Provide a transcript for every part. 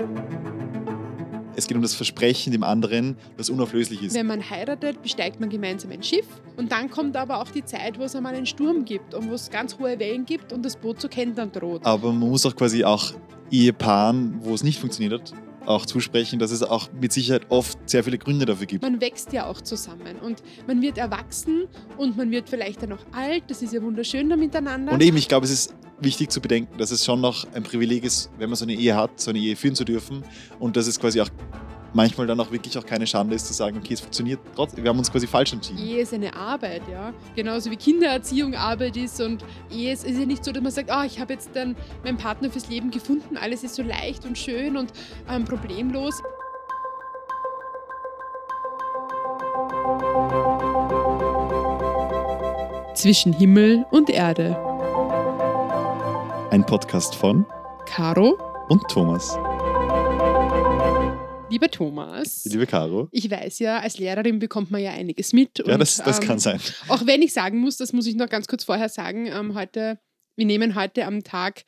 Es geht um das Versprechen dem anderen, das unauflöslich ist. Wenn man heiratet, besteigt man gemeinsam ein Schiff und dann kommt aber auch die Zeit, wo es einmal einen Sturm gibt und wo es ganz hohe Wellen gibt und das Boot zu kentern droht. Aber man muss auch quasi auch Ehepaaren, wo es nicht funktioniert hat, auch zusprechen, dass es auch mit Sicherheit oft sehr viele Gründe dafür gibt. Man wächst ja auch zusammen und man wird erwachsen und man wird vielleicht dann auch alt. Das ist ja wunderschön da miteinander. Und eben, ich glaube, es ist wichtig zu bedenken, dass es schon noch ein Privileg ist, wenn man so eine Ehe hat, so eine Ehe führen zu dürfen und dass es quasi auch manchmal dann auch wirklich auch keine Schande ist, zu sagen, okay, es funktioniert trotzdem, wir haben uns quasi falsch entschieden. Ehe ist eine Arbeit, ja. Genauso wie Kindererziehung Arbeit ist und Ehe ist ja nicht so, dass man sagt, ich habe jetzt dann meinen Partner fürs Leben gefunden, alles ist so leicht und schön und problemlos. Zwischen Himmel und Erde. Ein Podcast von Caro und Thomas. Lieber Thomas, Liebe Caro. ich weiß ja, als Lehrerin bekommt man ja einiges mit. Ja, und, das kann sein. Auch wenn ich sagen muss, das muss ich noch ganz kurz vorher sagen, wir nehmen heute am Tag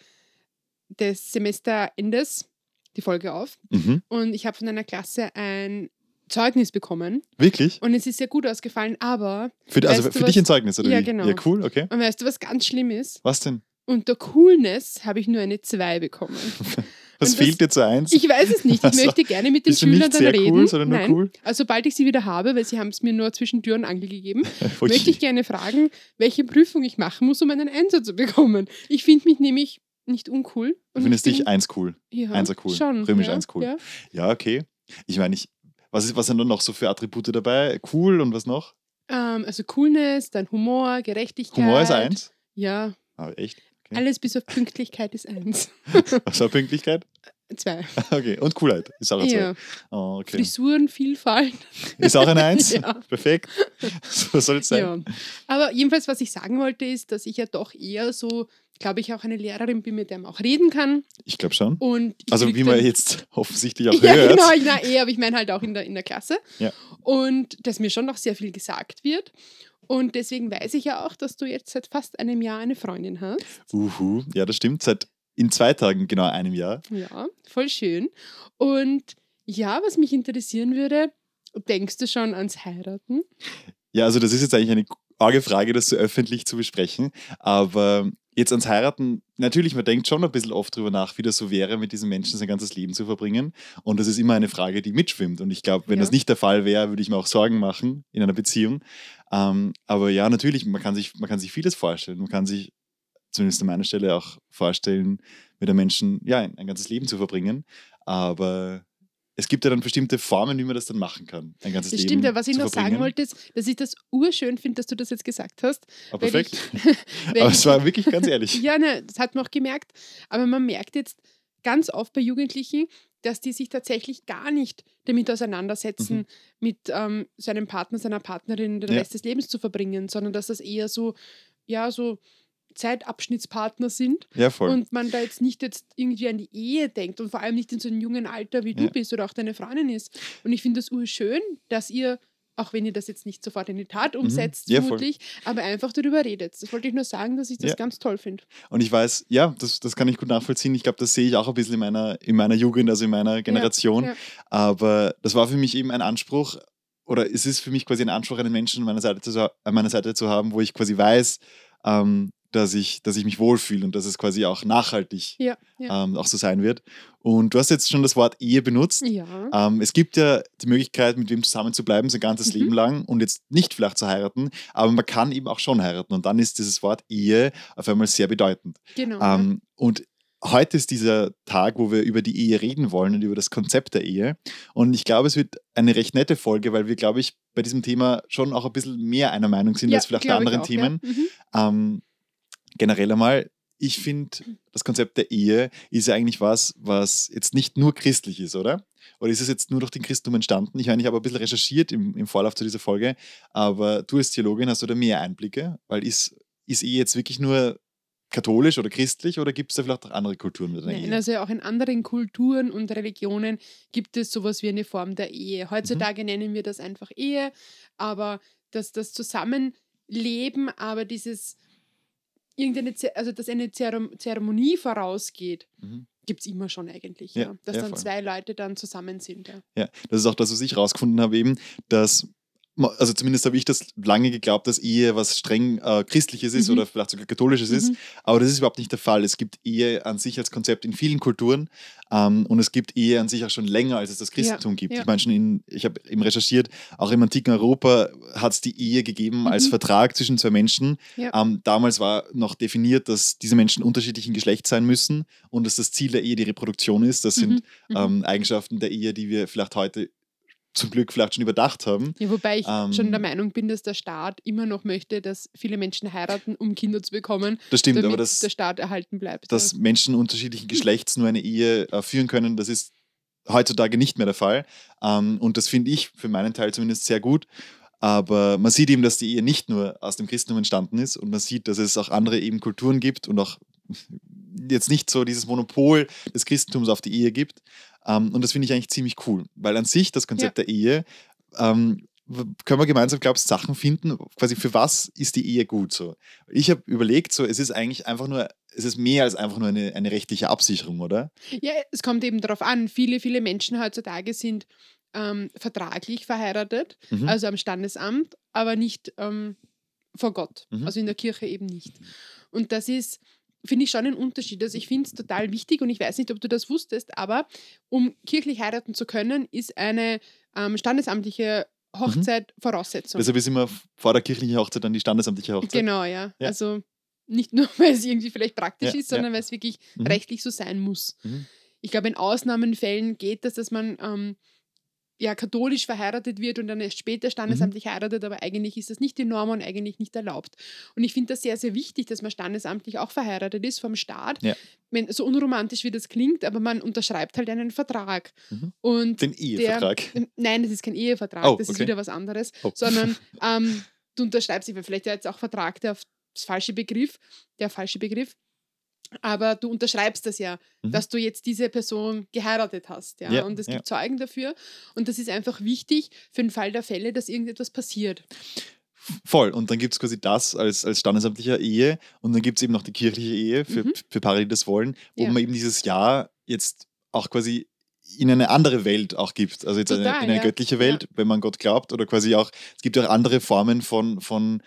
des Semesterendes die Folge auf und ich habe von einer Klasse ein Zeugnis bekommen. Wirklich? Und es ist sehr gut ausgefallen, aber... Für dich ein Zeugnis, oder ja, wie? Genau. Ja, cool, okay. Und weißt du, was ganz schlimm ist? Was denn? Unter Coolness habe ich nur eine 2 bekommen. Was fehlt dir zur 1? Ich weiß es nicht. Ich möchte gerne mit den Schülern dann reden. Cool, sondern nur Nein, cool? also sobald ich sie wieder habe, weil sie haben es mir nur zwischen Tür und Angel gegeben, möchte ich gerne fragen, welche Prüfung ich machen muss, um einen Einser zu bekommen. Ich finde mich nämlich nicht uncool. Du findest dich 1 cool? Ja, 1er cool? Schon, Römisch ja, 1 cool? Ja, ja okay. Ich meine, was sind dann noch so für Attribute dabei? Cool und was noch? Also Coolness, dann Humor, Gerechtigkeit. Humor ist 1? Ja. Aber echt? Okay. Alles bis auf Pünktlichkeit ist 1. Was war Pünktlichkeit? 2. Okay, und Coolheit ist auch 2. Ja. Oh, okay. Frisurenvielfalt. Ist auch ein 1? Ja. Perfekt. So soll es sein. Ja. Aber jedenfalls, was ich sagen wollte, ist, dass ich ja doch eher so, glaube ich, auch eine Lehrerin bin, mit der man auch reden kann. Ich glaube schon. Und also wie man jetzt offensichtlich auch ja, hört. Genau, aber ich meine halt auch in der Klasse. Ja. Und dass mir schon noch sehr viel gesagt wird. Und deswegen weiß ich ja auch, dass du jetzt seit fast einem Jahr eine Freundin hast. Ja, das stimmt. Seit in 2 Tagen genau einem Jahr. Ja, voll schön. Und ja, was mich interessieren würde, denkst du schon ans Heiraten? Ja, also das ist jetzt eigentlich eine arge Frage, das so öffentlich zu besprechen. Aber jetzt ans Heiraten, natürlich, man denkt schon ein bisschen oft drüber nach, wie das so wäre, mit diesen Menschen sein ganzes Leben zu verbringen. Und das ist immer eine Frage, die mitschwimmt. Und ich glaube, wenn das nicht der Fall wäre, würde ich mir auch Sorgen machen in einer Beziehung. Aber ja, natürlich, man kann sich vieles vorstellen. Man kann sich zumindest an meiner Stelle auch vorstellen, mit einem Menschen ein ganzes Leben zu verbringen. Aber es gibt ja dann bestimmte Formen, wie man das dann machen kann, ein ganzes Das Leben stimmt, ja, was ich noch verbringen. sagen wollte, ist, dass ich das urschön finde, dass du das jetzt gesagt hast. Aber perfekt. Aber es war wirklich ganz ehrlich. Ja, das hat man auch gemerkt. Aber man merkt jetzt ganz oft bei Jugendlichen, dass die sich tatsächlich gar nicht damit auseinandersetzen, mit seinem Partner, seiner Partnerin den Rest des Lebens zu verbringen, sondern dass das eher so Zeitabschnittspartner sind. Ja, voll. Und man da jetzt nicht irgendwie an die Ehe denkt und vor allem nicht in so einem jungen Alter, wie du bist oder auch deine Freundin ist. Und ich finde das urschön, dass ihr, auch wenn ihr das jetzt nicht sofort in die Tat umsetzt, vermutlich, aber einfach darüber redet. Das wollte ich nur sagen, dass ich das ganz toll finde. Und ich weiß, das kann ich gut nachvollziehen. Ich glaube, das sehe ich auch ein bisschen in meiner Jugend, also in meiner Generation. Ja. Aber das war für mich eben ein Anspruch, oder es ist für mich quasi ein Anspruch, einen Menschen an meiner Seite zu haben, wo ich quasi weiß, dass ich mich wohlfühle und dass es quasi auch nachhaltig auch so sein wird. Und du hast jetzt schon das Wort Ehe benutzt. Ja. Es gibt ja die Möglichkeit, mit wem zusammen zu bleiben, sein ganzes Leben lang und jetzt nicht vielleicht zu heiraten, aber man kann eben auch schon heiraten und dann ist dieses Wort Ehe auf einmal sehr bedeutend. Genau. Und heute ist dieser Tag, wo wir über die Ehe reden wollen und über das Konzept der Ehe. Und ich glaube, es wird eine recht nette Folge, weil wir, glaube ich, bei diesem Thema schon auch ein bisschen mehr einer Meinung sind als vielleicht bei anderen Themen. Ja. Generell einmal, ich finde, das Konzept der Ehe ist ja eigentlich was jetzt nicht nur christlich ist, oder? Oder ist es jetzt nur durch den Christentum entstanden? Ich meine, ich habe ein bisschen recherchiert im Vorlauf zu dieser Folge, aber du als Theologin hast du da mehr Einblicke? Weil ist Ehe jetzt wirklich nur katholisch oder christlich oder gibt es da vielleicht auch andere Kulturen mit einer Ehe? Also auch in anderen Kulturen und Religionen gibt es sowas wie eine Form der Ehe. Heutzutage nennen wir das einfach Ehe, aber das Zusammenleben, aber dass eine Zeremonie vorausgeht, gibt es immer schon eigentlich, ja. Dass dann voll. zwei Leute dann zusammen sind. Ja, ja, das ist auch das, was ich rausgefunden habe eben, dass also zumindest habe ich das lange geglaubt, dass Ehe was streng Christliches ist oder vielleicht sogar Katholisches ist, aber das ist überhaupt nicht der Fall. Es gibt Ehe an sich als Konzept in vielen Kulturen und es gibt Ehe an sich auch schon länger, als es das Christentum gibt. Ich meine ich habe eben recherchiert, auch im antiken Europa hat es die Ehe gegeben als Vertrag zwischen zwei Menschen. Damals war noch definiert, dass diese Menschen unterschiedlichen Geschlechts sein müssen und dass das Ziel der Ehe die Reproduktion ist. Das sind Eigenschaften der Ehe, die wir vielleicht heute zum Glück vielleicht schon überdacht haben. Ja, wobei ich schon der Meinung bin, dass der Staat immer noch möchte, dass viele Menschen heiraten, um Kinder zu bekommen, das stimmt, damit aber der Staat erhalten bleibt. Dass Menschen unterschiedlichen Geschlechts nur eine Ehe führen können, das ist heutzutage nicht mehr der Fall. Und das finde ich für meinen Teil zumindest sehr gut. Aber man sieht eben, dass die Ehe nicht nur aus dem Christentum entstanden ist und man sieht, dass es auch andere eben Kulturen gibt und auch jetzt nicht so dieses Monopol des Christentums auf die Ehe gibt. Und das finde ich eigentlich ziemlich cool, weil an sich das Konzept der Ehe, können wir gemeinsam, glaubst du, Sachen finden, quasi für was ist die Ehe gut so? Ich habe überlegt, so, es ist eigentlich einfach nur, es ist mehr als einfach nur eine rechtliche Absicherung, oder? Ja, es kommt eben darauf an, viele Menschen heutzutage sind vertraglich verheiratet, also am Standesamt, aber nicht vor Gott, also in der Kirche eben nicht. Und das ist, finde ich, schon ein Unterschied. Also ich finde es total wichtig und ich weiß nicht, ob du das wusstest, aber um kirchlich heiraten zu können, ist eine standesamtliche Hochzeit Voraussetzung. Deshalb ist immer vor der kirchlichen Hochzeit dann die standesamtliche Hochzeit. Genau, ja. Also nicht nur, weil es irgendwie vielleicht praktisch ist, sondern weil es wirklich rechtlich so sein muss. Ich glaube, in Ausnahmenfällen geht das, dass man katholisch verheiratet wird und dann erst später standesamtlich heiratet, aber eigentlich ist das nicht die Norm und eigentlich nicht erlaubt. Und ich finde das sehr, sehr wichtig, dass man standesamtlich auch verheiratet ist vom Staat. So unromantisch wie das klingt, aber man unterschreibt halt einen Vertrag. Und den Ehevertrag? Nein, das ist kein Ehevertrag, das ist wieder was anderes, sondern du unterschreibst, vielleicht jetzt auch Vertrag, der falsche Begriff, aber du unterschreibst das ja, dass du jetzt diese Person geheiratet hast. Und es gibt Zeugen dafür. Und das ist einfach wichtig für den Fall der Fälle, dass irgendetwas passiert. Voll. Und dann gibt es quasi das als standesamtliche Ehe und dann gibt es eben noch die kirchliche Ehe für Paare, die das wollen, wo man eben dieses Ja jetzt auch quasi in eine andere Welt auch gibt. Also jetzt in eine göttliche Welt, wenn man Gott glaubt, oder quasi auch, es gibt ja auch andere Formen von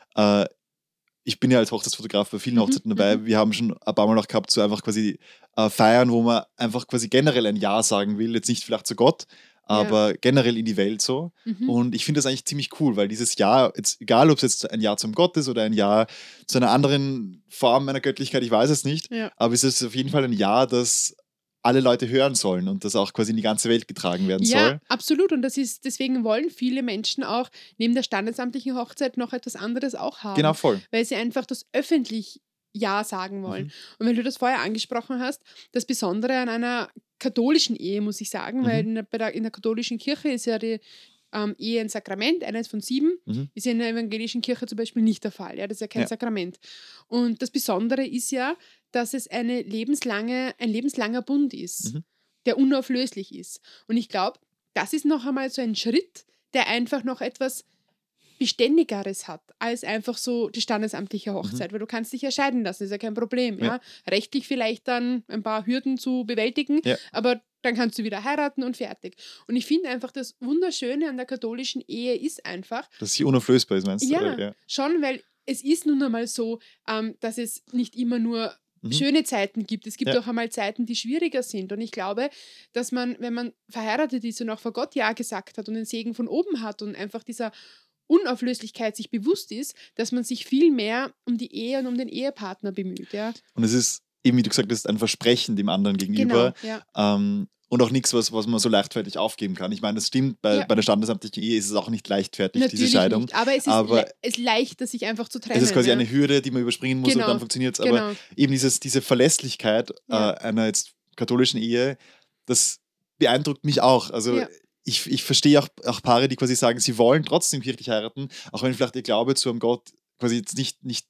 ich bin ja als Hochzeitsfotograf bei vielen Hochzeiten dabei. Wir haben schon ein paar Mal noch gehabt, so einfach quasi feiern, wo man einfach quasi generell ein Ja sagen will. Jetzt nicht vielleicht zu Gott, aber generell in die Welt so. Und ich finde das eigentlich ziemlich cool, weil dieses Ja, jetzt, egal ob es jetzt ein Ja zum Gott ist oder ein Ja zu einer anderen Form meiner Göttlichkeit, ich weiß es nicht, aber es ist auf jeden Fall ein Ja, das alle Leute hören sollen und das auch quasi in die ganze Welt getragen werden soll. Ja, absolut. Und deswegen wollen viele Menschen auch neben der standesamtlichen Hochzeit noch etwas anderes auch haben. Genau, voll. Weil sie einfach das öffentlich Ja sagen wollen. Und wenn du das vorher angesprochen hast, das Besondere an einer katholischen Ehe, muss ich sagen, weil in der katholischen Kirche ist ja die Ehe ein Sakrament, eines von 7, ist ja in der evangelischen Kirche zum Beispiel nicht der Fall. Ja, das ist ja kein Sakrament. Und das Besondere ist ja, dass es ein lebenslanger Bund ist, der unauflöslich ist. Und ich glaube, das ist noch einmal so ein Schritt, der einfach noch etwas Beständigeres hat, als einfach so die standesamtliche Hochzeit, weil du kannst dich ja scheiden lassen, ist ja kein Problem. Ja? Rechtlich vielleicht dann ein paar Hürden zu bewältigen, aber dann kannst du wieder heiraten und fertig. Und ich finde einfach, das Wunderschöne an der katholischen Ehe ist einfach, dass sie unauflösbar ist, meinst du? Ja, schon, weil es ist nun einmal so, dass es nicht immer nur schöne Zeiten gibt. Es gibt auch einmal Zeiten, die schwieriger sind. Und ich glaube, dass man, wenn man verheiratet ist und auch vor Gott Ja gesagt hat und den Segen von oben hat und einfach dieser Unauflöslichkeit sich bewusst ist, dass man sich viel mehr um die Ehe und um den Ehepartner bemüht. Ja. Und es ist eben, wie du gesagt hast, ein Versprechen dem anderen gegenüber. Genau, und auch nichts, was man so leichtfertig aufgeben kann. Ich meine, das stimmt, bei der standesamtlichen Ehe ist es auch nicht leichtfertig, natürlich diese Scheidung. Nicht, aber es ist leichter, sich einfach zu trennen. Es ist quasi eine Hürde, die man überspringen muss und dann funktioniert es. Aber eben diese Verlässlichkeit einer jetzt katholischen Ehe, das beeindruckt mich auch. Also ich verstehe auch Paare, die quasi sagen, sie wollen trotzdem kirchlich heiraten, auch wenn vielleicht ihr Glaube zu einem Gott quasi jetzt nicht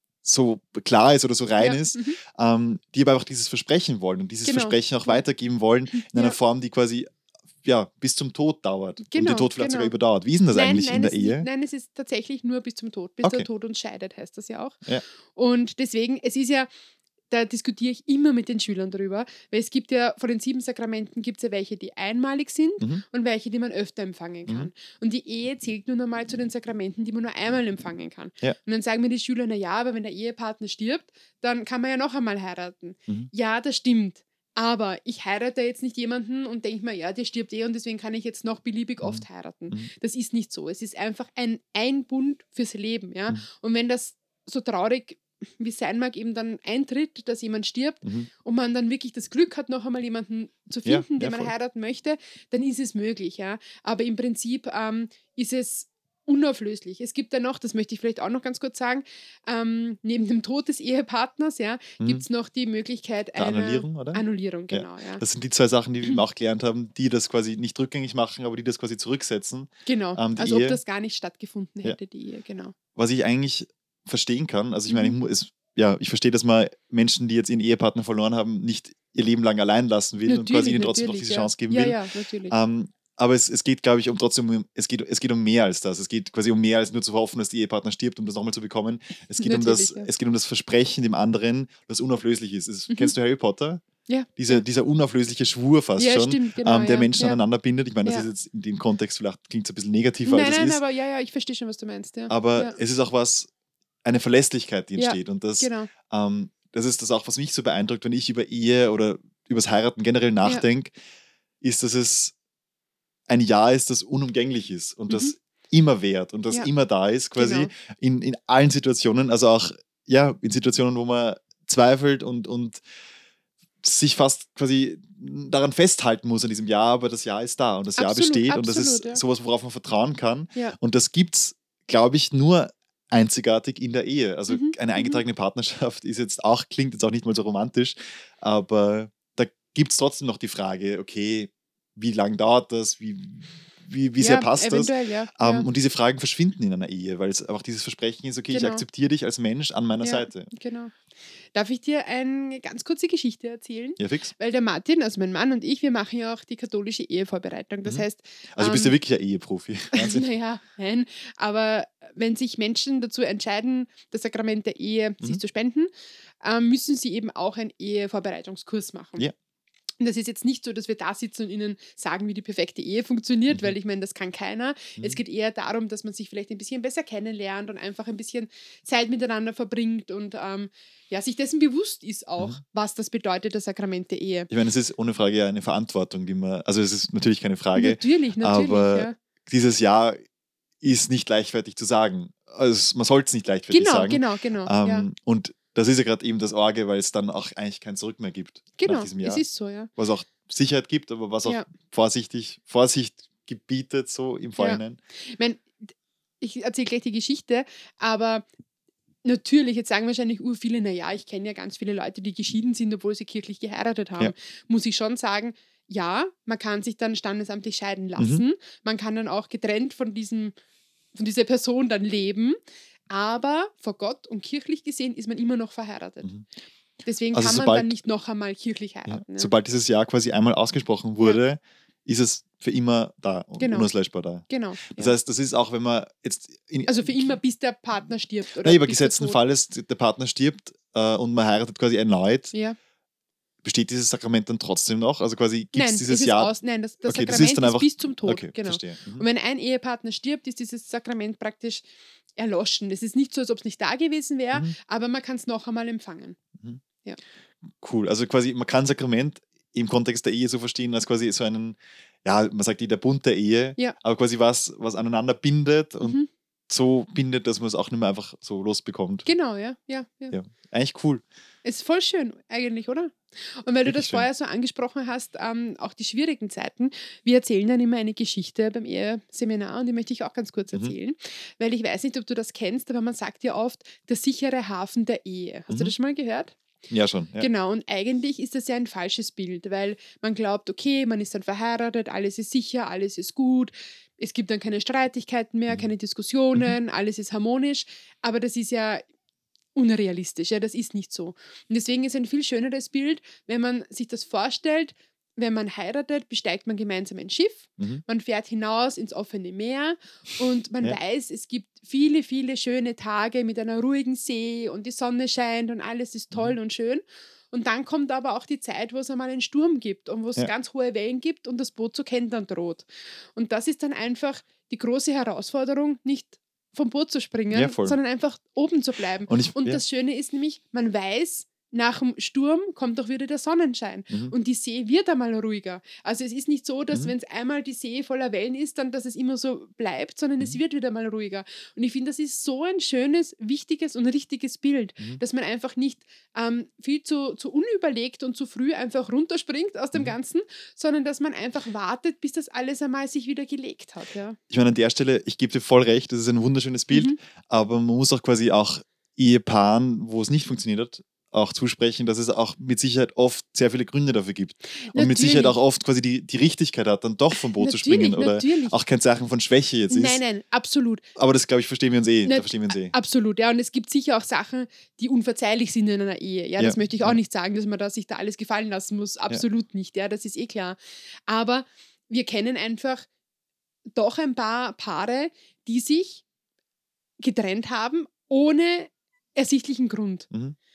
so klar ist oder so rein ist, die aber einfach dieses Versprechen wollen und dieses Versprechen auch weitergeben wollen in einer Form, die quasi bis zum Tod dauert und den Tod vielleicht sogar überdauert. Wie ist denn das eigentlich in der Ehe? Nein, es ist tatsächlich nur bis zum Tod. Bis der Tod uns scheidet, heißt das ja auch. Und deswegen, es ist ja da diskutiere ich immer mit den Schülern drüber, weil es gibt ja, von den 7 Sakramenten gibt es ja welche, die einmalig sind und welche, die man öfter empfangen kann. Und die Ehe zählt nur normal zu den Sakramenten, die man nur einmal empfangen kann. Ja. Und dann sagen mir die Schüler, naja, aber wenn der Ehepartner stirbt, dann kann man ja noch einmal heiraten. Ja, das stimmt. Aber ich heirate jetzt nicht jemanden und denke mir, ja, der stirbt und deswegen kann ich jetzt noch beliebig oft heiraten. Das ist nicht so. Es ist einfach ein Bund fürs Leben. Ja? Und wenn das so traurig wie es sein mag, eben dann eintritt, dass jemand stirbt und man dann wirklich das Glück hat, noch einmal jemanden zu finden, den man heiraten möchte, dann ist es möglich. Ja? Aber im Prinzip ist es unauflöslich. Es gibt dann noch, das möchte ich vielleicht auch noch ganz kurz sagen, neben dem Tod des Ehepartners gibt es noch die Möglichkeit einer Annullierung, oder? Annullierung, genau. Ja. Das sind die 2 Sachen, die wir auch gelernt haben, die das quasi nicht rückgängig machen, aber die das quasi zurücksetzen. Genau, als ob das gar nicht stattgefunden hätte, die Ehe, genau. Was ich eigentlich verstehen kann, also ich meine, ich verstehe, dass man Menschen, die jetzt ihren Ehepartner verloren haben, nicht ihr Leben lang allein lassen will und quasi ihnen trotzdem noch diese Chance geben will. Ja, natürlich. Aber es geht, glaube ich, es geht um mehr als das. Es geht quasi um mehr als nur zu hoffen, dass der Ehepartner stirbt, um das nochmal zu bekommen. Es geht es geht um das Versprechen dem anderen, das unauflöslich ist. Kennst du Harry Potter? Ja. Dieser unauflösliche Schwur fast schon, stimmt, genau, der Menschen aneinander bindet. Ich meine, das ist jetzt in dem Kontext, vielleicht klingt es ein bisschen negativer, als es ist. Nein, aber ich verstehe schon, was du meinst. Ja. Aber es ist auch eine Verlässlichkeit, die entsteht. Und das ist das auch, was mich so beeindruckt, wenn ich über Ehe oder über das Heiraten generell nachdenke, ist, dass es ein Ja ist, das unumgänglich ist und das immer währt und das immer da ist, quasi in allen Situationen, also auch in Situationen, wo man zweifelt und sich fast quasi daran festhalten muss an diesem Ja, aber das Ja ist da und das Ja besteht und das ist sowas, worauf man vertrauen kann. Ja. Und das gibt es, glaube ich, nur einzigartig in der Ehe. Also eine eingetragene Partnerschaft klingt jetzt auch nicht mal so romantisch, aber da gibt es trotzdem noch die Frage, okay, wie lange dauert das, wie sehr passt das? Und diese Fragen verschwinden in einer Ehe, weil es einfach dieses Versprechen ist, okay, ich akzeptiere dich als Mensch an meiner Seite. Genau. Darf ich dir eine ganz kurze Geschichte erzählen? Ja, fix. Weil der Martin, also mein Mann und ich, wir machen ja auch die katholische Ehevorbereitung. Das heißt... Also bist du wirklich ein Eheprofi. Naja, nein. Aber wenn sich Menschen dazu entscheiden, das Sakrament der Ehe sich zu spenden, müssen sie eben auch einen Ehevorbereitungskurs machen. Ja. Und das ist jetzt nicht so, dass wir da sitzen und ihnen sagen, wie die perfekte Ehe funktioniert, weil ich meine, das kann keiner. Es geht eher darum, dass man sich vielleicht ein bisschen besser kennenlernt und einfach ein bisschen Zeit miteinander verbringt und sich dessen bewusst ist auch, was das bedeutet, das Sakrament der Ehe. Ich meine, es ist ohne Frage eine Verantwortung, also es ist natürlich keine Frage. Natürlich, aber dieses Ja ist nicht leichtfertig zu sagen. Also man sollte es nicht leichtfertig sagen. Genau. Und das ist ja gerade eben das Orge, weil es dann auch eigentlich kein Zurück mehr gibt. Genau, nach diesem Jahr. es ist so, ja. Was auch Sicherheit gibt, aber was auch Vorsicht gebietet, so im Vorhinein. Ich meine, ich erzähle gleich die Geschichte, aber natürlich, jetzt sagen wahrscheinlich viele, naja, ich kenne ja ganz viele Leute, die geschieden sind, obwohl sie kirchlich geheiratet haben. Ja. Muss ich schon sagen, ja, man kann sich dann standesamtlich scheiden lassen. Man kann dann auch getrennt von dieser Person dann leben. Aber vor Gott und kirchlich gesehen ist man immer noch verheiratet. Deswegen kann man dann nicht noch einmal kirchlich heiraten. Ja. Sobald dieses Ja quasi einmal ausgesprochen wurde, ist es für immer da und unauslöschbar da. Genau. Das heißt, das ist auch, wenn man jetzt... also für immer, bis der Partner stirbt. Oder aber gesetzten Falles, der Partner stirbt und man heiratet quasi erneut. Ja. Besteht dieses Sakrament dann trotzdem noch? Also quasi gibt es dieses Jahr? Nein, das Sakrament ist dann einfach, bis zum Tod. Okay, genau. Verstehe. Und wenn ein Ehepartner stirbt, ist dieses Sakrament praktisch erloschen. Es ist nicht so, als ob es nicht da gewesen wäre, aber man kann es noch einmal empfangen. Ja. Cool. Also quasi, man kann Sakrament im Kontext der Ehe so verstehen, als quasi so einen, man sagt der Bund der Ehe, aber quasi was aneinander bindet und so bindet, dass man es auch nicht mehr einfach so losbekommt. Genau, ja. Eigentlich cool. Ist voll schön eigentlich, oder? Und weil du das vorher so angesprochen hast, auch die schwierigen Zeiten, wir erzählen dann immer eine Geschichte beim Eheseminar und die möchte ich auch ganz kurz erzählen, weil ich weiß nicht, ob du das kennst, aber man sagt ja oft, der sichere Hafen der Ehe. Hast du das schon mal gehört? Ja, schon. Ja. Genau, und eigentlich ist das ja ein falsches Bild, weil man glaubt, okay, man ist dann verheiratet, alles ist sicher, alles ist gut, es gibt dann keine Streitigkeiten mehr, keine Diskussionen, alles ist harmonisch, aber das ist ja unrealistisch, das ist nicht so. Und deswegen ist ein viel schöneres Bild, wenn man sich das vorstellt, wenn man heiratet, besteigt man gemeinsam ein Schiff, man fährt hinaus ins offene Meer und man weiß, es gibt viele, viele schöne Tage mit einer ruhigen See und die Sonne scheint und alles ist toll und schön. Und dann kommt aber auch die Zeit, wo es einmal einen Sturm gibt und wo es ganz hohe Wellen gibt und das Boot zu kentern droht. Und das ist dann einfach die große Herausforderung, nicht vom Boot zu springen, sondern einfach oben zu bleiben. Und das Schöne ist nämlich, man weiß, nach dem Sturm kommt doch wieder der Sonnenschein und die See wird einmal ruhiger. Also es ist nicht so, dass wenn es einmal die See voller Wellen ist, dann, dass es immer so bleibt, sondern es wird wieder mal ruhiger. Und ich finde, das ist so ein schönes, wichtiges und richtiges Bild, dass man einfach nicht viel zu unüberlegt und zu früh einfach runterspringt aus dem Ganzen, sondern dass man einfach wartet, bis das alles einmal sich wieder gelegt hat. Ja. Ich meine, an der Stelle, ich gebe dir voll recht, das ist ein wunderschönes Bild, aber man muss auch quasi auch Ehepaaren, wo es nicht funktioniert hat, auch zusprechen, dass es auch mit Sicherheit oft sehr viele Gründe dafür gibt. Und mit Sicherheit auch oft quasi die Richtigkeit hat, dann doch vom Boot zu springen oder auch kein Zeichen von Schwäche jetzt ist. Nein, absolut. Aber das, glaube ich, verstehen wir uns da verstehen wir uns eh. Absolut, ja. Und es gibt sicher auch Sachen, die unverzeihlich sind in einer Ehe. Ja, das möchte ich auch nicht sagen, dass man sich da alles gefallen lassen muss. Absolut nicht, ja, das ist eh klar. Aber wir kennen einfach doch ein paar Paare, die sich getrennt haben, ohne ersichtlichen Grund.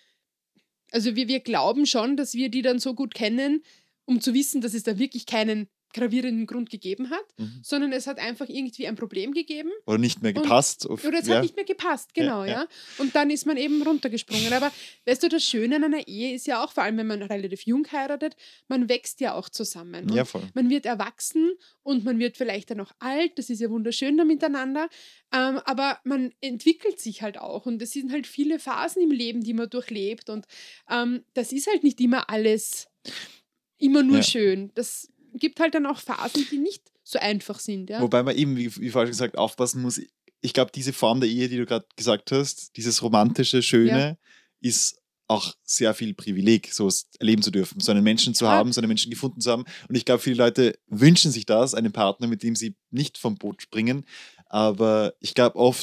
Also wir glauben schon, dass wir die dann so gut kennen, um zu wissen, dass es da wirklich keinen gravierenden Grund gegeben hat, sondern es hat einfach irgendwie ein Problem gegeben. Oder nicht mehr gepasst. Oder es hat nicht mehr gepasst, genau, ja. Und dann ist man eben runtergesprungen. Aber weißt du, das Schöne an einer Ehe ist ja auch, vor allem wenn man relativ jung heiratet, man wächst ja auch zusammen. Ja, voll. Man wird erwachsen und man wird vielleicht dann auch alt, das ist ja wunderschön da miteinander, aber man entwickelt sich halt auch und es sind halt viele Phasen im Leben, die man durchlebt und das ist halt nicht immer alles immer nur schön. Das gibt halt dann auch Phasen, die nicht so einfach sind. Ja? Wobei man eben, wie vorhin gesagt, aufpassen muss. Ich glaube, diese Form der Ehe, die du gerade gesagt hast, dieses romantische, schöne, ist auch sehr viel Privileg, so erleben zu dürfen, so einen Menschen zu haben, so einen Menschen gefunden zu haben. Und ich glaube, viele Leute wünschen sich das, einen Partner, mit dem sie nicht vom Boot springen. Aber ich glaube, oft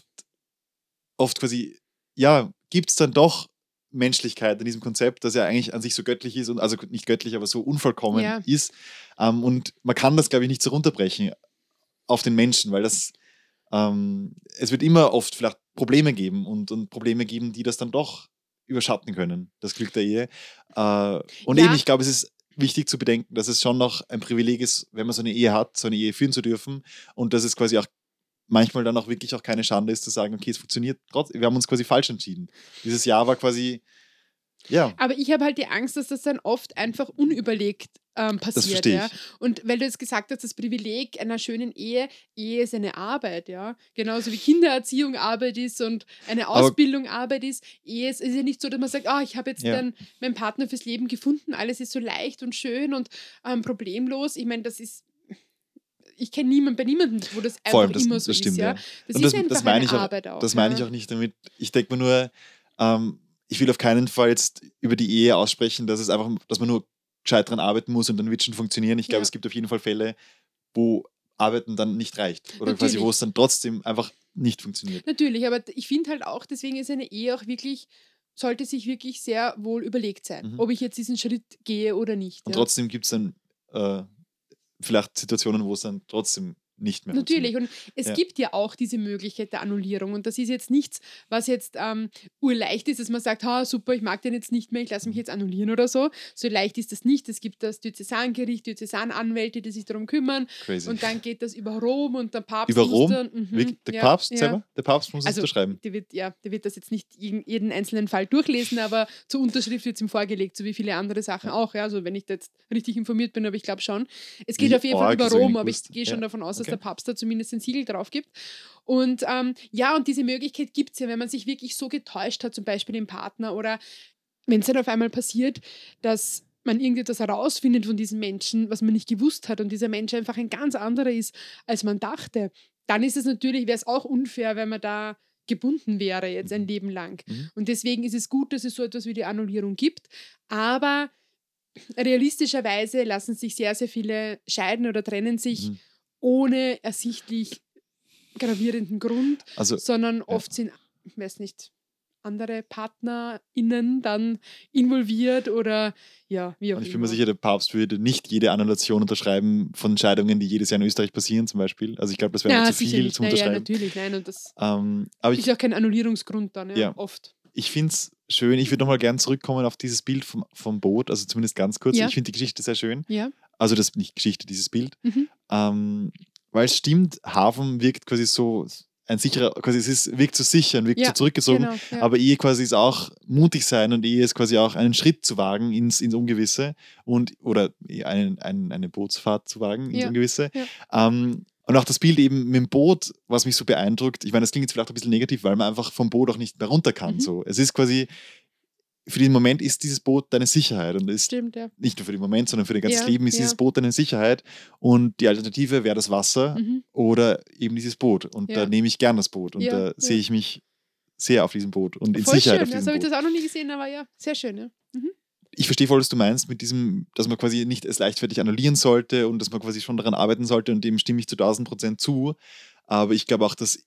quasi, gibt es dann doch Menschlichkeit in diesem Konzept, das ja eigentlich an sich so göttlich ist und also nicht göttlich, aber so unvollkommen ist. Und man kann das, glaube ich, nicht so runterbrechen auf den Menschen, weil das es wird immer oft vielleicht Probleme geben und Probleme geben, die das dann doch überschatten können, das Glück der Ehe. Und eben, ich glaube, es ist wichtig zu bedenken, dass es schon noch ein Privileg ist, wenn man so eine Ehe hat, so eine Ehe führen zu dürfen und dass es quasi auch manchmal dann auch wirklich auch keine Schande ist, zu sagen, okay, es funktioniert trotzdem, wir haben uns quasi falsch entschieden. Dieses Jahr war quasi, Aber ich habe halt die Angst, dass das dann oft einfach unüberlegt passiert. Das verstehe ich. Und weil du jetzt gesagt hast, das Privileg einer schönen Ehe ist eine Arbeit, ja. Genauso wie Kindererziehung Arbeit ist und eine Ausbildung Arbeit ist. Ehe ist ja nicht so, dass man sagt, ich habe jetzt dann meinen Partner fürs Leben gefunden, alles ist so leicht und schön und problemlos. Ich meine, das ist ich kenne niemanden bei niemandem, wo das einfach immer so stimmt, ist. Ja? Das und ist einfach eine Arbeit auch. Das meine ich auch nicht damit. Ich denke mir nur, ich will auf keinen Fall jetzt über die Ehe aussprechen, dass man nur gescheit dran arbeiten muss und dann wird es schon funktionieren. Ich glaube, es gibt auf jeden Fall Fälle, wo Arbeiten dann nicht reicht. Oder quasi, wo es dann trotzdem einfach nicht funktioniert. Natürlich, aber ich finde halt auch, deswegen ist eine Ehe auch wirklich, sollte sich wirklich sehr wohl überlegt sein, ob ich jetzt diesen Schritt gehe oder nicht. Und trotzdem gibt es dann vielleicht Situationen, wo es dann trotzdem nicht mehr Natürlich, und es gibt ja auch diese Möglichkeit der Annullierung und das ist jetzt nichts, was jetzt urleicht ist, dass man sagt, super, ich mag den jetzt nicht mehr, ich lasse mich jetzt annullieren oder so. So leicht ist das nicht. Es gibt das Diözesangericht, Diözesananwälte, die sich darum kümmern. Crazy. Und dann geht das über Rom und der Papst über Rom? Der Papst selber? Der Papst muss es unterschreiben. Der wird das jetzt nicht jeden einzelnen Fall durchlesen, aber zur Unterschrift wird es ihm vorgelegt, so wie viele andere Sachen auch. Ja? Also wenn ich da jetzt richtig informiert bin, aber ich glaube schon. Es geht auf jeden Fall über Rom, aber ich gehe schon davon aus, dass der Papst da zumindest ein Siegel drauf gibt. Und und diese Möglichkeit gibt es ja, wenn man sich wirklich so getäuscht hat, zum Beispiel im Partner oder wenn es dann auf einmal passiert, dass man irgendetwas herausfindet von diesem Menschen, was man nicht gewusst hat und dieser Mensch einfach ein ganz anderer ist, als man dachte, dann ist es natürlich, wäre es auch unfair, wenn man da gebunden wäre jetzt ein Leben lang. Und deswegen ist es gut, dass es so etwas wie die Annullierung gibt, aber realistischerweise lassen sich sehr, sehr viele scheiden oder trennen sich ohne ersichtlich gravierenden Grund, sondern oft sind, ich weiß nicht, andere PartnerInnen dann involviert oder ja, wie auch immer. Und ich bin mir sicher, der Papst würde nicht jede Annulation unterschreiben von Entscheidungen, die jedes Jahr in Österreich passieren zum Beispiel. Also ich glaube, das wäre mir zu viel zum Unterschreiben. Ja, natürlich, nein. Und das aber ist ja auch kein Annullierungsgrund dann, oft. Ich finde es schön. Ich würde nochmal gerne zurückkommen auf dieses Bild vom Boot, also zumindest ganz kurz. Ich finde die Geschichte sehr schön. Ja. Also das nicht Geschichte, dieses Bild. Weil es stimmt, Hafen wirkt quasi so ein sicherer, quasi wirkt so sicher und wirkt so zurückgezogen, genau. Aber Ehe quasi ist auch mutig sein und Ehe ist quasi auch einen Schritt zu wagen ins Ungewisse oder eine Bootsfahrt zu wagen ins Ungewisse. Ja. Und auch das Bild eben mit dem Boot, was mich so beeindruckt, ich meine, das klingt jetzt vielleicht ein bisschen negativ, weil man einfach vom Boot auch nicht mehr runter kann. So. Es ist quasi, für den Moment ist dieses Boot deine Sicherheit und ist nicht nur für den Moment, sondern für dein ganzes Leben ist dieses Boot deine Sicherheit und die Alternative wäre das Wasser oder eben dieses Boot und da nehme ich gern das Boot und da sehe ich mich sehr auf diesem Boot und in voll Sicherheit schön. auf diesem Das habe ich Boot. das auch noch nie gesehen, aber ja, sehr schön. Ja. Ich verstehe voll, was du meinst mit diesem, dass man quasi nicht es leichtfertig annullieren sollte und dass man quasi schon daran arbeiten sollte und dem stimme ich zu 1000% zu, aber ich glaube auch, dass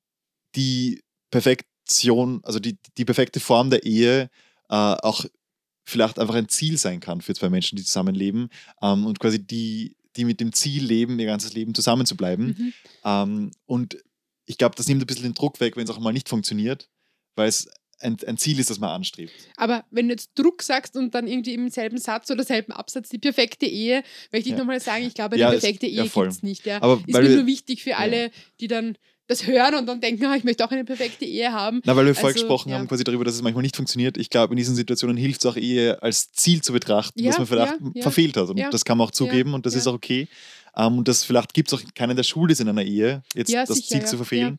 die Perfektion, also die perfekte Form der Ehe auch vielleicht einfach ein Ziel sein kann für zwei Menschen, die zusammenleben und quasi die mit dem Ziel leben, ihr ganzes Leben zusammen zu bleiben. Und ich glaube, das nimmt ein bisschen den Druck weg, wenn es auch mal nicht funktioniert, weil es ein Ziel ist, das man anstrebt. Aber wenn du jetzt Druck sagst und dann irgendwie im selben Satz oder selben Absatz die perfekte Ehe, möchte ich nochmal sagen, ich glaube, die perfekte Ehe gibt es nicht. Ja. Aber ist mir nur wichtig für alle, die dann das hören und dann denken, ich möchte auch eine perfekte Ehe haben. Weil wir vorher gesprochen haben quasi darüber, dass es manchmal nicht funktioniert. Ich glaube, in diesen Situationen hilft es auch, Ehe als Ziel zu betrachten, was man vielleicht verfehlt hat. Und das kann man auch zugeben und das ist auch okay. Und das vielleicht gibt es auch keinen, der schuld ist in einer Ehe, jetzt das Ziel zu verfehlen.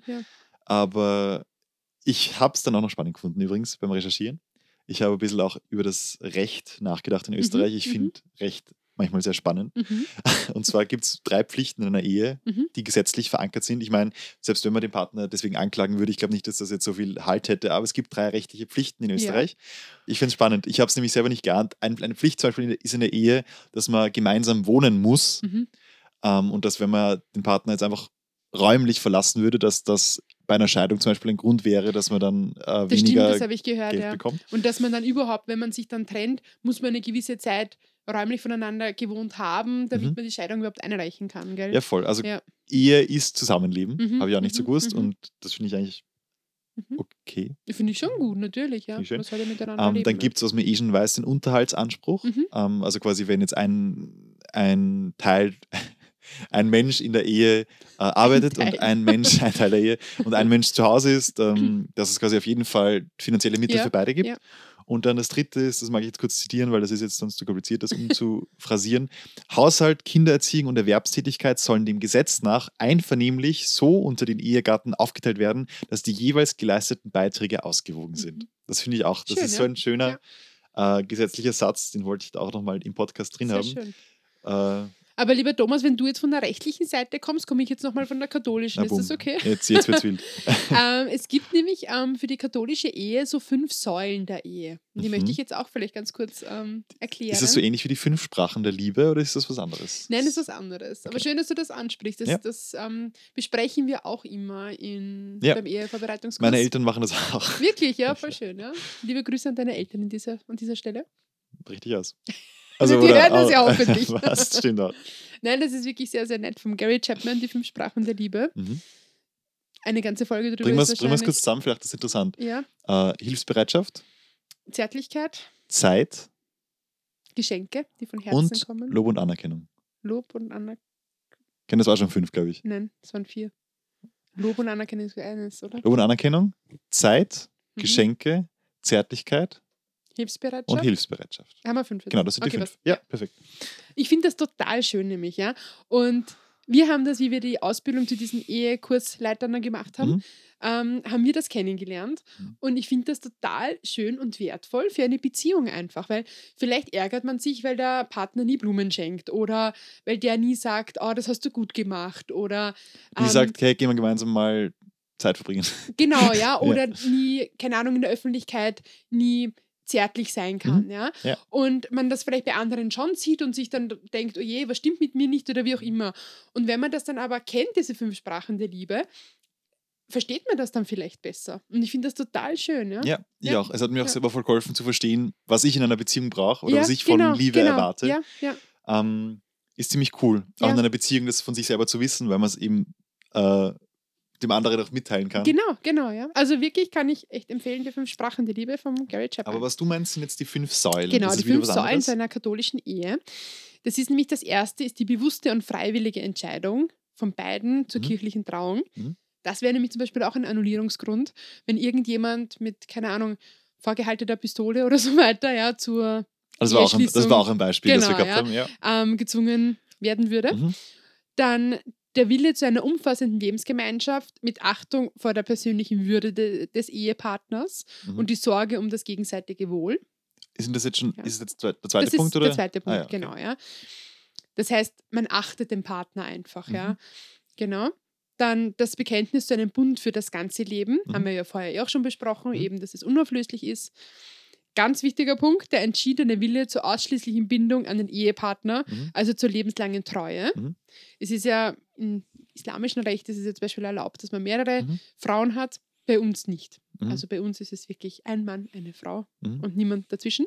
Aber ich habe es dann auch noch spannend gefunden übrigens beim Recherchieren. Ich habe ein bisschen auch über das Recht nachgedacht in Österreich. Ich finde Recht manchmal sehr spannend. Und zwar gibt es 3 Pflichten in einer Ehe, die gesetzlich verankert sind. Ich meine, selbst wenn man den Partner deswegen anklagen würde, ich glaube nicht, dass das jetzt so viel Halt hätte, aber es gibt 3 rechtliche Pflichten in Österreich. Ich finde es spannend. Ich habe es nämlich selber nicht geahnt. Eine Pflicht zum Beispiel ist in der Ehe, dass man gemeinsam wohnen muss und dass, wenn man den Partner jetzt einfach räumlich verlassen würde, dass das bei einer Scheidung zum Beispiel ein Grund wäre, dass man dann weniger das habe ich gehört, Geld bekommt. Und dass man dann überhaupt, wenn man sich dann trennt, muss man eine gewisse Zeit räumlich voneinander gewohnt haben, damit man die Scheidung überhaupt einreichen kann, gell? Ja, voll. Also Ehe ist Zusammenleben, habe ich auch nicht so gewusst und das finde ich eigentlich okay. Finde ich schon gut, natürlich, ja. Man soll ja miteinander leben. Dann gibt es, was man schon weiß, den Unterhaltsanspruch. Also quasi, wenn jetzt ein Mensch in der Ehe arbeitet und ein Teil der Ehe und ein Mensch zu Hause ist, dass es quasi auf jeden Fall finanzielle Mittel für beide gibt. Und dann das dritte ist, das mag ich jetzt kurz zitieren, weil das ist jetzt sonst zu kompliziert, das umzuphrasieren. Haushalt, Kindererziehung und Erwerbstätigkeit sollen dem Gesetz nach einvernehmlich so unter den Ehegatten aufgeteilt werden, dass die jeweils geleisteten Beiträge ausgewogen sind. Das finde ich auch, das ist so ein schöner gesetzlicher Satz, den wollte ich da auch nochmal im Podcast drin haben. Schön. Aber lieber Thomas, wenn du jetzt von der rechtlichen Seite kommst, komme ich jetzt nochmal von der katholischen. Ist das okay? Jetzt wird es wild. Es gibt nämlich für die katholische Ehe so 5 Säulen der Ehe. Und die möchte ich jetzt auch vielleicht ganz kurz erklären. Ist das so ähnlich wie die 5 Sprachen der Liebe oder ist das was anderes? Nein, das ist was anderes. Okay. Aber schön, dass du das ansprichst. Das besprechen wir auch immer beim Ehevorbereitungskurs. Meine Eltern machen das auch. Wirklich, ja, voll schön. Ja. Liebe Grüße an deine Eltern an dieser Stelle. Richtig aus. Also die hören das ja hoffentlich. Was? Stimmt auch. Nein, das ist wirklich sehr, sehr nett. Vom Gary Chapman, die 5 Sprachen der Liebe. Eine ganze Folge darüber ist wahrscheinlich... Bringen wir es kurz zusammen, vielleicht ist das interessant. Ja. Hilfsbereitschaft. Zärtlichkeit. Zeit. Geschenke, die von Herzen und kommen. Lob und Anerkennung. Lob und Anerkennung. Das war schon 5, glaube ich. Nein, das waren 4. Lob und Anerkennung ist eines, oder? Lob und Anerkennung, Zeit, Geschenke, Zärtlichkeit. Hilfsbereitschaft. Und Hilfsbereitschaft. Haben wir 5 jetzt? Genau, das sind die 5. Ja, perfekt. Ich finde das total schön nämlich, ja. Und wir haben das, wie wir die Ausbildung zu diesen Ehekursleitern gemacht haben, haben wir das kennengelernt. Und ich finde das total schön und wertvoll für eine Beziehung einfach, weil vielleicht ärgert man sich, weil der Partner nie Blumen schenkt oder weil der nie sagt, oh, das hast du gut gemacht oder nie sagt, hey, gehen wir gemeinsam mal Zeit verbringen. Genau, ja. Oder nie, keine Ahnung, in der Öffentlichkeit nie zärtlich sein kann. Ja? Und man das vielleicht bei anderen schon sieht und sich dann denkt, oh je, was stimmt mit mir nicht oder wie auch immer. Und wenn man das dann aber kennt, diese 5 Sprachen der Liebe, versteht man das dann vielleicht besser. Und ich finde das total schön. Ja, ja ich auch. Es hat mir auch selber voll geholfen zu verstehen, was ich in einer Beziehung brauche oder was ich von Liebe erwarte. Ist ziemlich cool. Auch in einer Beziehung das von sich selber zu wissen, weil man es eben dem anderen auch mitteilen kann. Genau, ja. Also wirklich kann ich echt empfehlen, die 5 Sprachen der Liebe von Gary Chapman. Aber was du meinst, sind jetzt die 5 Säulen. Genau, die 5 Säulen zu einer katholischen Ehe. Das ist nämlich das erste, ist die bewusste und freiwillige Entscheidung von beiden zur kirchlichen Trauung. Das wäre nämlich zum Beispiel auch ein Annullierungsgrund, wenn irgendjemand mit, keine Ahnung, vorgehaltener Pistole oder so weiter, zur das war auch ein Beispiel, das wir gehabt haben, gezwungen werden würde. Dann der Wille zu einer umfassenden Lebensgemeinschaft mit Achtung vor der persönlichen Würde des Ehepartners und die Sorge um das gegenseitige Wohl. Ist das jetzt schon ist das jetzt der zweite Punkt? Oder? Der zweite Punkt, okay. Genau, ja. Das heißt, man achtet den Partner einfach, ja. Genau. Dann das Bekenntnis zu einem Bund für das ganze Leben, haben wir ja vorher auch schon besprochen, eben, dass es unauflöslich ist. Ganz wichtiger Punkt, der entschiedene Wille zur ausschließlichen Bindung an den Ehepartner, also zur lebenslangen Treue. Es ist ja im islamischen Recht ist es ja zum Beispiel erlaubt, dass man mehrere Frauen hat, bei uns nicht. Also bei uns ist es wirklich ein Mann, eine Frau und niemand dazwischen.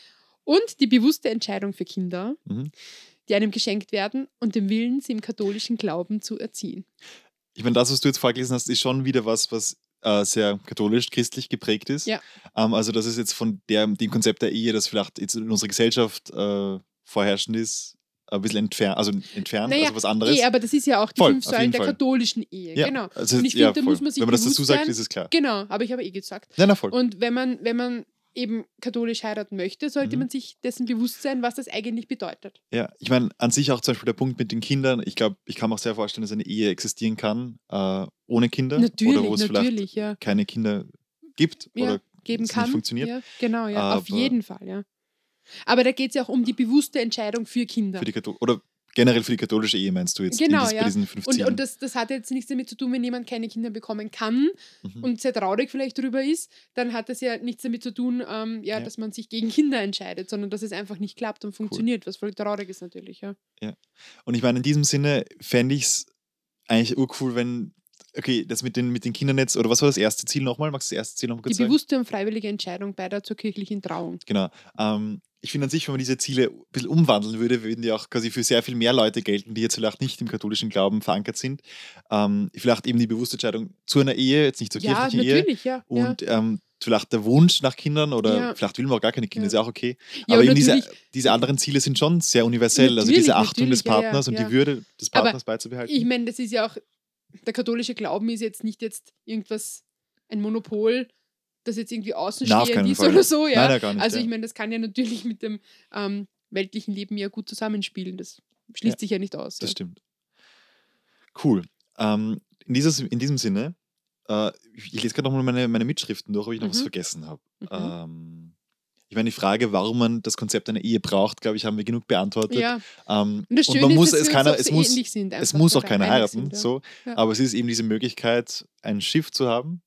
Und die bewusste Entscheidung für Kinder, die einem geschenkt werden und dem Willen, sie im katholischen Glauben zu erziehen. Ich meine, das, was du jetzt vorgelesen hast, ist schon wieder was sehr katholisch-christlich geprägt ist. Ja. Also das ist jetzt von dem Konzept der Ehe, das vielleicht jetzt in unserer Gesellschaft vorherrschend ist, ein bisschen entfernt, also was anderes. Aber das ist ja auch die 5 Säulen der katholischen Ehe. Ja, genau. Also, und ich finde, da muss man sich wenn man das dazu sagt, ist es klar. Genau, habe ich aber gesagt. Ja, voll. Und wenn man eben katholisch heiraten möchte, sollte man sich dessen bewusst sein, was das eigentlich bedeutet. Ja, ich meine, an sich auch zum Beispiel der Punkt mit den Kindern, ich glaube, ich kann mir auch sehr vorstellen, dass eine Ehe existieren kann ohne Kinder. Natürlich, oder wo es vielleicht keine Kinder gibt oder geben es kann. nicht funktioniert. Ja, genau, auf jeden Fall, ja. Aber da geht es ja auch um die bewusste Entscheidung für Kinder. Oder generell für die katholische Ehe meinst du jetzt? Genau, bei diesen 5 Zielen. Und das hat jetzt nichts damit zu tun, wenn jemand keine Kinder bekommen kann und sehr traurig vielleicht drüber ist, dann hat das ja nichts damit zu tun, dass man sich gegen Kinder entscheidet, sondern dass es einfach nicht klappt und funktioniert, was voll traurig ist natürlich. Ja. Und ich meine, in diesem Sinne fände ich es eigentlich urcool, wenn das mit den Kindern jetzt, oder was war das erste Ziel nochmal? Magst du das erste Ziel nochmal kurz sagen? Die bewusste und freiwillige Entscheidung beider zur kirchlichen Trauung. Genau. Ich finde an sich, wenn man diese Ziele ein bisschen umwandeln würde, würden die auch quasi für sehr viel mehr Leute gelten, die jetzt vielleicht nicht im katholischen Glauben verankert sind. Vielleicht eben die bewusste Entscheidung zu einer Ehe, jetzt nicht zur kirchlichen Ehe. Und vielleicht der Wunsch nach Kindern oder vielleicht will man auch gar keine Kinder, ist ja auch okay. Aber eben diese anderen Ziele sind schon sehr universell. Also diese Achtung des Partners und die Würde des Partners beizubehalten. Ich meine, das ist ja auch, der katholische Glauben ist jetzt nicht irgendwas, ein Monopol, das jetzt irgendwie außenstehend ist oder so. Ja. Nein, gar nicht, also ich meine, das kann ja natürlich mit dem weltlichen Leben ja gut zusammenspielen. Das schließt sich ja nicht aus. Das stimmt. Cool. In diesem Sinne, ich lese gerade nochmal meine Mitschriften durch, ob ich noch was vergessen habe. Ich meine, die Frage, warum man das Konzept einer Ehe braucht, glaube ich, haben wir genug beantwortet. Ja. Und das Schöne ist, es muss auch keiner heiraten, aber es ist eben diese Möglichkeit, ein Schiff zu haben.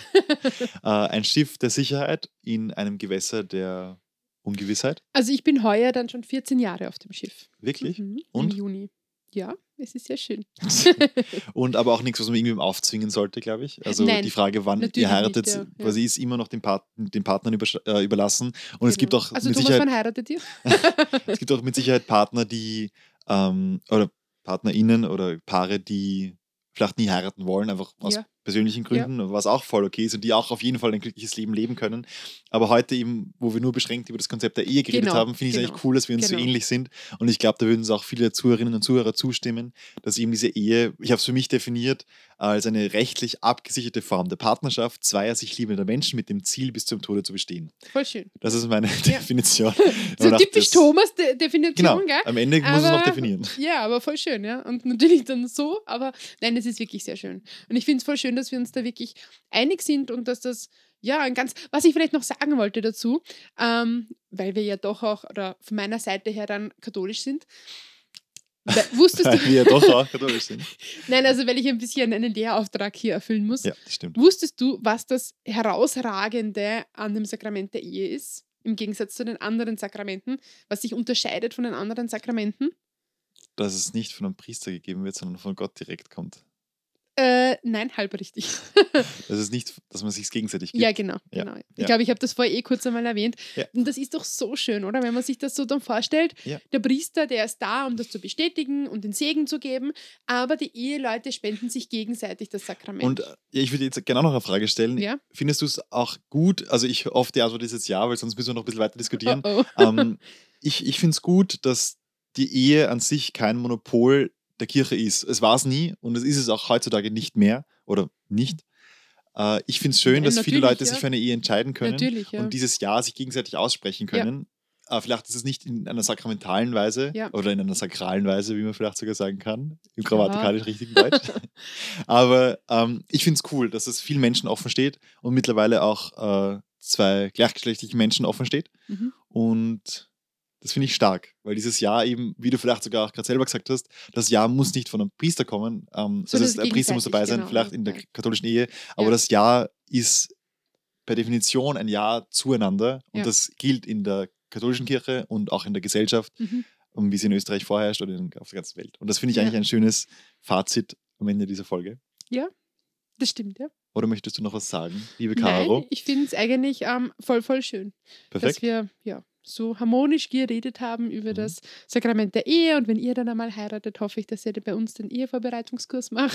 Ein Schiff der Sicherheit in einem Gewässer der Ungewissheit. Also ich bin heuer dann schon 14 Jahre auf dem Schiff. Wirklich? Und? Im Juni. Ja, es ist sehr schön. Und aber auch nichts, was man irgendwem aufzwingen sollte, glaube ich. Also Nein, die Frage, wann ihr heiratet, quasi ist immer noch den Partnern überlassen. Und es gibt auch mit Sicherheit, wann heiratet ihr? Es gibt auch mit Sicherheit Partner, die oder PartnerInnen oder Paare, die vielleicht nie heiraten wollen, einfach aus persönlichen Gründen, was auch voll okay ist und die auch auf jeden Fall ein glückliches Leben leben können. Aber heute eben, wo wir nur beschränkt über das Konzept der Ehe geredet haben, finde ich es eigentlich cool, dass wir uns so ähnlich sind. Und ich glaube, da würden uns auch viele Zuhörerinnen und Zuhörer zustimmen, dass eben diese Ehe, ich habe es für mich definiert, als eine rechtlich abgesicherte Form der Partnerschaft zweier sich liebender Menschen mit dem Ziel, bis zum Tode zu bestehen. Voll schön. Das ist meine Definition. So typisch Thomas-Definition, genau, gell? Am Ende muss es noch definieren. Ja, aber voll schön, ja. Und natürlich dann so, aber nein, es ist wirklich sehr schön. Und ich finde es voll schön, dass wir uns da wirklich einig sind und dass das was ich vielleicht noch sagen wollte dazu, weil wir ja doch auch, oder von meiner Seite her dann katholisch sind, wusstest weil wir ja doch auch katholisch sind. Nein, also weil ich ein bisschen einen Lehrauftrag hier erfüllen muss. Ja, das stimmt. Wusstest du, was das Herausragende an dem Sakrament der Ehe ist, im Gegensatz zu den anderen Sakramenten, was sich unterscheidet von den anderen Sakramenten? Dass es nicht von einem Priester gegeben wird, sondern von Gott direkt kommt. Nein, halb richtig. Das ist nicht, dass man sich gegenseitig gibt. Ja, genau. Ich glaube, ich habe das vorher kurz einmal erwähnt. Ja. Und das ist doch so schön, oder? Wenn man sich das so dann vorstellt, der Priester, der ist da, um das zu bestätigen und den Segen zu geben, aber die Eheleute spenden sich gegenseitig das Sakrament. Und ich würde jetzt gerne noch eine Frage stellen. Ja? Findest du es auch gut, also ich hoffe, die Antwort ist jetzt ja, weil sonst müssen wir noch ein bisschen weiter diskutieren. Ich finde es gut, dass die Ehe an sich kein Monopol der Kirche ist. Es war es nie und es ist es auch heutzutage nicht mehr oder nicht. Ich finde es schön, dass viele Leute sich für eine Ehe entscheiden können und dieses Ja sich gegenseitig aussprechen können. Vielleicht ist es nicht in einer sakramentalen Weise oder in einer sakralen Weise, wie man vielleicht sogar sagen kann, im grammatikalisch richtigen Deutsch. Aber ich finde es cool, dass es vielen Menschen offen steht und mittlerweile auch zwei gleichgeschlechtlichen Menschen offen steht. Und das finde ich stark, weil dieses Ja eben, wie du vielleicht sogar auch gerade selber gesagt hast, das Ja muss nicht von einem Priester kommen. Also ein Priester muss dabei sein, vielleicht in der katholischen Ehe, aber das Ja ist per Definition ein Ja zueinander und das gilt in der katholischen Kirche und auch in der Gesellschaft, wie sie in Österreich vorherrscht oder auf der ganzen Welt. Und das finde ich eigentlich ein schönes Fazit am Ende dieser Folge. Ja, das stimmt, ja. Oder möchtest du noch was sagen, liebe Caro? Nein, ich finde es eigentlich voll schön, dass wir so harmonisch geredet haben über das Sakrament der Ehe. Und wenn ihr dann einmal heiratet, hoffe ich, dass ihr bei uns den Ehevorbereitungskurs macht.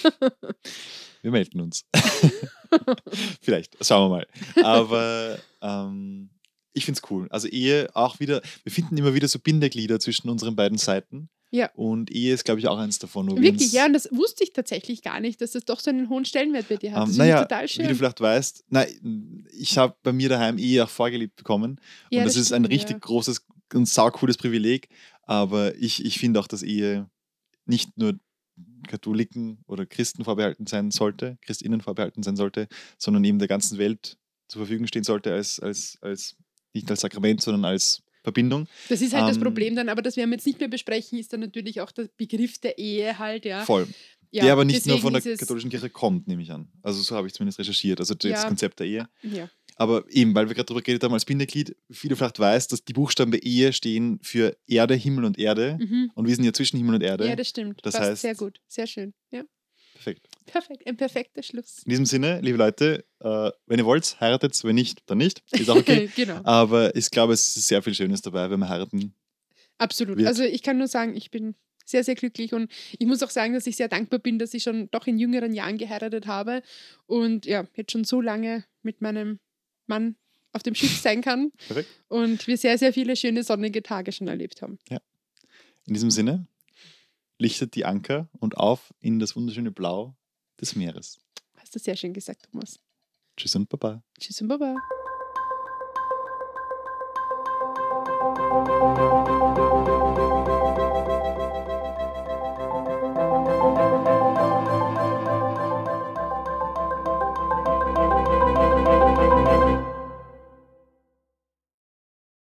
Wir melden uns. Vielleicht, schauen wir mal. Aber ich finde es cool. Also Ehe auch wieder, wir finden immer wieder so Bindeglieder zwischen unseren beiden Seiten. Ja. Und Ehe ist, glaube ich, auch eins davon. Wirklich, ja, und das wusste ich tatsächlich gar nicht, dass das doch so einen hohen Stellenwert bei dir hat. Das finde ich total schön. Wie du vielleicht weißt, ich habe bei mir daheim Ehe auch vorgelebt bekommen. Ja, und das ist ein richtig großes und saucooles Privileg. Aber ich finde auch, dass Ehe nicht nur Katholiken oder Christen vorbehalten sein sollte, Christinnen vorbehalten sein sollte, sondern eben der ganzen Welt zur Verfügung stehen sollte als nicht als Sakrament, sondern als Verbindung. Das ist halt das Problem dann, aber das werden wir jetzt nicht mehr besprechen, ist dann natürlich auch der Begriff der Ehe halt, ja. Voll. Ja, der aber nicht nur von der katholischen Kirche kommt, nehme ich an. Also so habe ich zumindest recherchiert, also das Konzept der Ehe. Ja. Aber eben, weil wir gerade darüber geredet haben als Bindeglied, viele vielleicht weiß, dass die Buchstaben der Ehe stehen für Erde, Himmel und Erde und wir sind ja zwischen Himmel und Erde. Ja, das stimmt. Das heißt, sehr gut, sehr schön. Ja. Perfekt, ein perfekter Schluss. In diesem Sinne, liebe Leute, wenn ihr wollt, heiratet, wenn nicht, dann nicht. Ist auch okay. Genau. Aber ich glaube, es ist sehr viel Schönes dabei, wenn man heiraten Absolut. wird. Also ich kann nur sagen, ich bin sehr, sehr glücklich und ich muss auch sagen, dass ich sehr dankbar bin, dass ich schon doch in jüngeren Jahren geheiratet habe und jetzt schon so lange mit meinem Mann auf dem Schiff sein kann. Perfekt. Und wir sehr, sehr viele schöne sonnige Tage schon erlebt haben. Ja. In diesem Sinne, lichtet die Anker und auf in das wunderschöne Blau des Meeres. Hast du sehr schön gesagt, Thomas. Tschüss und Baba. Tschüss und Baba.